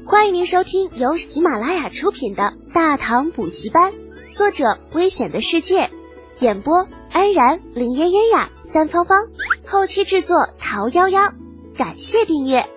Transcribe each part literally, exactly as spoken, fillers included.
欢迎您收听由喜马拉雅出品的《大唐补习班》，作者危险的世界，演播安然、林嫣嫣呀、三芳芳，后期制作桃夭夭。感谢订阅。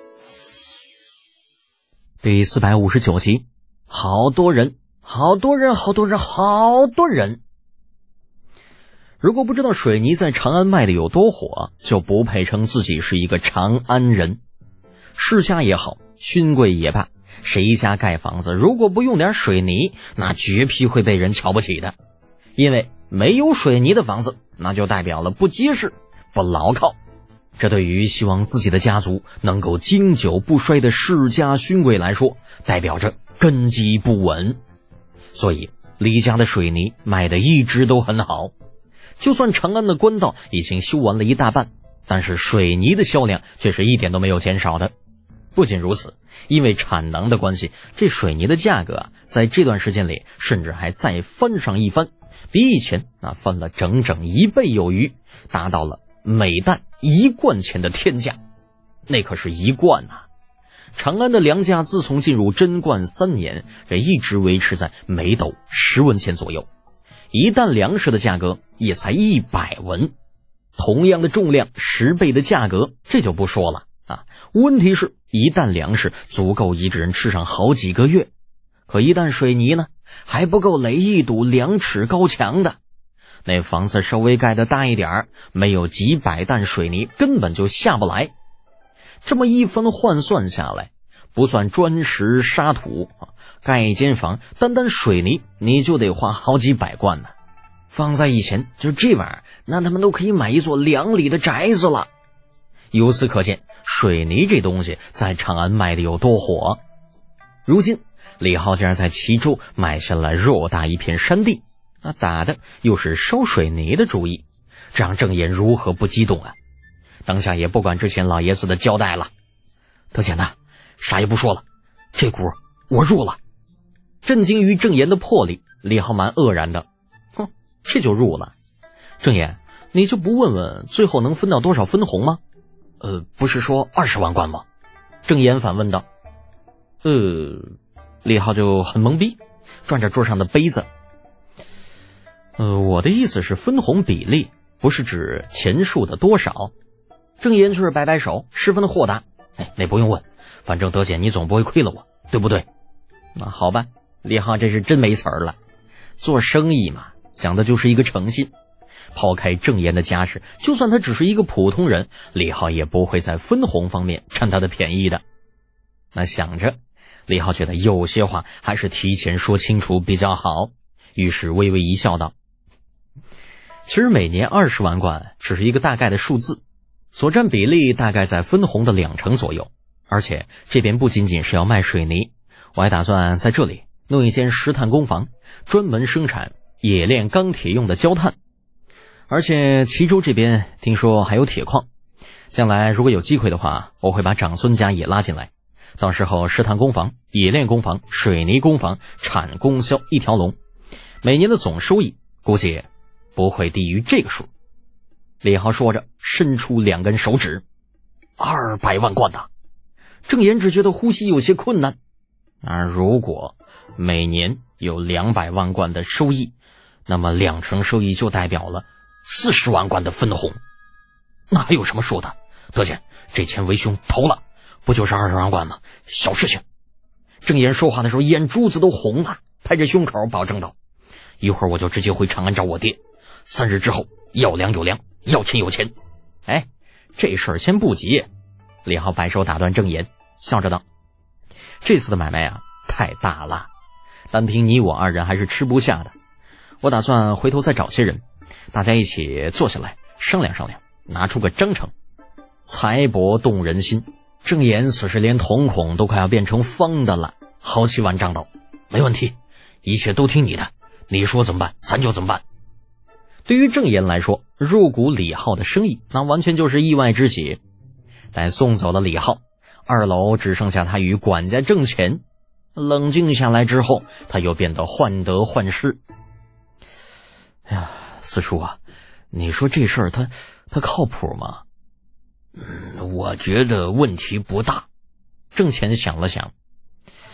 第四百五十九集，好多人，好多人，好多人，好多人。如果不知道水泥在长安卖的有多火，就不配称自己是一个长安人。世家也好，勋贵也罢，谁家盖房子如果不用点水泥，那绝批会被人瞧不起的。因为没有水泥的房子，那就代表了不结实、不牢靠。这对于希望自己的家族能够经久不衰的世家勋贵来说，代表着根基不稳。所以李家的水泥卖的一直都很好，就算长安的官道已经修完了一大半，但是水泥的销量却是一点都没有减少的。不仅如此，因为产能的关系，这水泥的价格啊，在这段时间里甚至还再翻上一番，比以前啊翻了整整一倍有余，达到了每担一贯钱的天价。那可是一贯啊！长安的粮价自从进入贞观三年，这一直维持在每斗十文钱左右，一担粮食的价格也才一百文。同样的重量，十倍的价格，这就不说了啊。问题是，一担粮食足够一个人吃上好几个月，可一担水泥呢，还不够垒一堵两尺高墙的。那房子稍微盖得大一点儿，没有几百担水泥根本就下不来。这么一番换算下来，不算砖石沙土，盖一间房单单水泥你就得花好几百贯呢。放在以前，就这玩意儿，那他们都可以买一座两里的宅子了。由此可见，水泥这东西在长安卖的有多火。如今李浩竟然在齐州买下了偌大一片山地，那打的又是烧水泥的主意，这让郑岩如何不激动啊？当下也不管之前老爷子的交代了，德简呐，啥也不说了，这股我入了。震惊于郑岩的魄力，李浩蛮愕然的，哼，这就入了？郑岩，你就不问问最后能分到多少分红吗？呃，不是说二十万贯吗？郑岩反问道。呃，李浩就很懵逼，转着桌上的杯子。呃，我的意思是分红比例，不是指钱数的多少。郑岩却是摆摆手，十分的豁达。哎，那不用问，反正德简你总不会亏了我，对不对？那好吧，李浩这是真没词儿了。做生意嘛，讲的就是一个诚信。抛开郑岩的家世，就算他只是一个普通人，李浩也不会在分红方面占他的便宜的。那想着，李浩觉得有些话还是提前说清楚比较好，于是微微一笑道，其实每年二十万贯只是一个大概的数字，所占比例大概在分红的两成左右。而且这边不仅仅是要卖水泥，我还打算在这里弄一间石炭工坊，专门生产冶炼钢铁用的焦炭。而且齐州这边听说还有铁矿，将来如果有机会的话，我会把长孙家也拉进来，到时候石炭工坊、冶炼工坊、水泥工坊产供销一条龙，每年的总收益估计不会低于这个数。李浩说着伸出两根手指，二百万贯呐！郑岩只觉得呼吸有些困难。而如果每年有两百万贯的收益，那么两成收益就代表了四十万贯的分红。那还有什么说的？德简，这钱为兄投了，不就是二十万贯吗？小事情。郑岩说话的时候眼珠子都红了，拍着胸口保证道，一会儿我就直接回长安找我爹，三日之后要粮有粮，要钱有钱。哎，这事儿先不急。李浩摆手打断郑岩，笑着道，这次的买卖啊太大了，单凭你我二人还是吃不下的，我打算回头再找些人，大家一起坐下来商量商量，拿出个章程。财帛动人心，郑岩此时连瞳孔都快要变成方的了，豪气万丈道，没问题，一切都听你的，你说怎么办咱就怎么办。对于郑岩来说，入股李浩的生意那完全就是意外之喜。待送走了李浩，二楼只剩下他与管家挣钱。冷静下来之后，他又变得患得患失。哎呀，四叔啊，你说这事儿他他靠谱吗？ 嗯，我觉得问题不大。 郑钱想了想，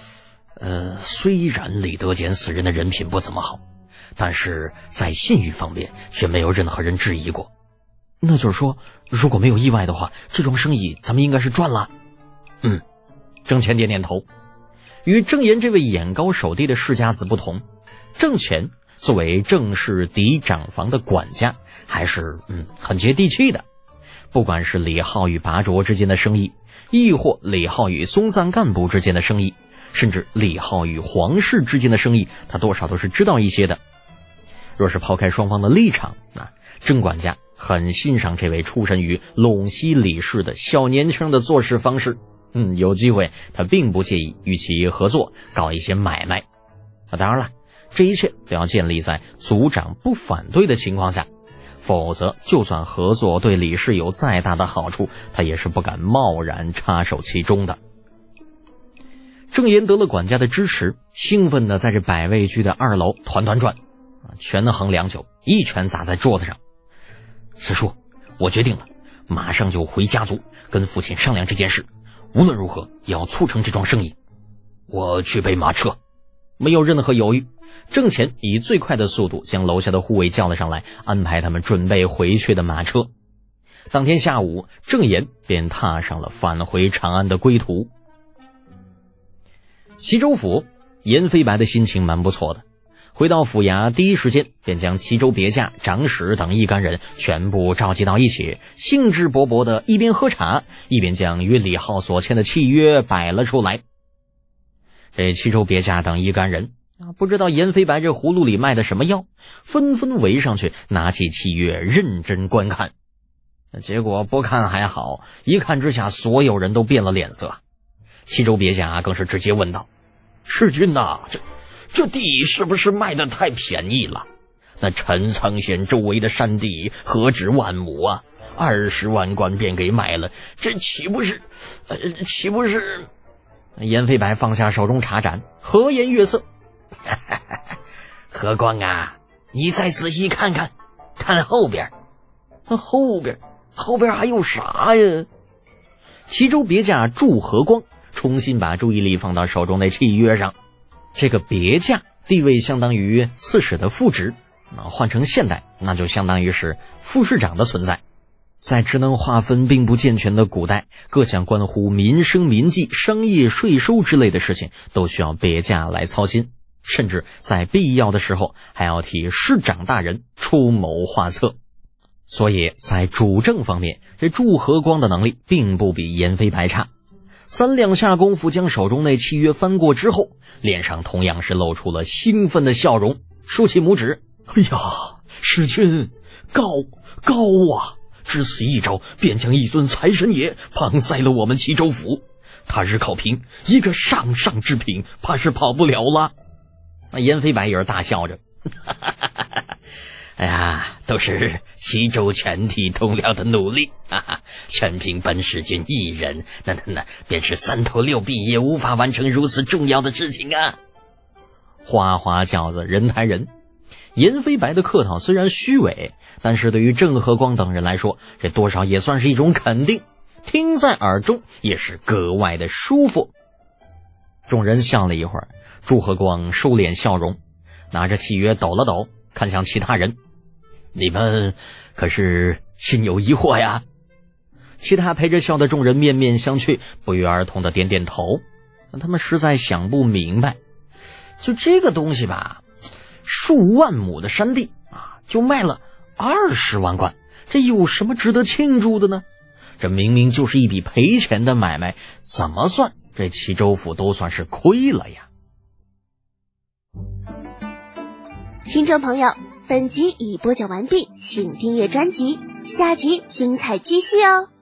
呃，虽然李德俭此人的人品不怎么好，但是在信誉方面却没有任何人质疑过。那就是说，如果没有意外的话，这桩生意咱们应该是赚了。嗯，郑乾点点头。与郑岩这位眼高手低的世家子不同，郑乾作为郑氏嫡长房的管家，还是嗯很接地气的。不管是李浩与拔卓之间的生意，亦或李浩与松赞干部之间的生意，甚至李浩与皇室之间的生意，他多少都是知道一些的。若是抛开双方的立场，那郑管家很欣赏这位出身于陇西李氏的小年轻的做事方式。嗯，有机会他并不介意与其合作搞一些买卖。那当然了，这一切都要建立在族长不反对的情况下，否则就算合作对李氏有再大的好处，他也是不敢贸然插手其中的。郑岩得了管家的支持，兴奋地在这百味居的二楼团团转，权衡良久，一拳砸在桌子上。四叔，我决定了，马上就回家族跟父亲商量这件事，无论如何也要促成这桩生意。我去备马车。没有任何犹豫，郑乾以最快的速度将楼下的护卫叫了上来，安排他们准备回去的马车。当天下午，郑岩便踏上了返回长安的归途。齐州府，严飞白的心情蛮不错的。回到府衙第一时间便将齐州别驾、长史等一干人全部召集到一起，兴致勃勃的一边喝茶，一边将与李浩所签的契约摆了出来。这齐州别驾等一干人啊，不知道严飞白这葫芦里卖的什么药，纷纷围上去拿起契约认真观看。结果不看还好，一看之下所有人都变了脸色。齐州别驾更是直接问道：世君呐，这这地是不是卖的太便宜了？那陈仓县周围的山地何止万亩啊，二十万贯便给卖了，这岂不是呃岂不是严飞白放下手中茶盏，和颜悦色。何光啊，你再仔细看看，看后边。后边后边还有啥呀？齐州别驾祝和光重新把注意力放到手中的契约上。这个别驾地位相当于刺史的副职，换成现代那就相当于是副市长的存在。在职能划分并不健全的古代，各项关乎民生民计、商业税收之类的事情都需要别驾来操心，甚至在必要的时候还要替市长大人出谋划策。所以在主政方面，这祝和光的能力并不比严飞白差。三两下功夫将手中那契约翻过之后，脸上同样是露出了兴奋的笑容，竖起拇指：哎呀，世君高高啊，只此一招便将一尊财神爷绑在了我们齐州府，他日考评一个上上之品怕是跑不了了。那严飞白也是大笑着哎呀，都是齐州全体同僚的努力，哈哈，全凭本世君一人，那那那便是三头六臂也无法完成如此重要的事情啊！花花轿子人抬人，严飞白的客套虽然虚伪，但是对于郑和光等人来说，这多少也算是一种肯定，听在耳中也是格外的舒服。众人笑了一会儿，祝和光收敛笑容，拿着契约抖了抖，看向其他人：你们可是心有疑惑呀？其他陪着笑的众人面面相觑，不约而同的点点头。他们实在想不明白，就这个东西吧，数万亩的山地啊，就卖了二十万贯，这有什么值得庆祝的呢？这明明就是一笔赔钱的买卖，怎么算这齐州府都算是亏了呀。 听众朋友，本集已播讲完毕，请订阅专辑，下集精彩继续哦。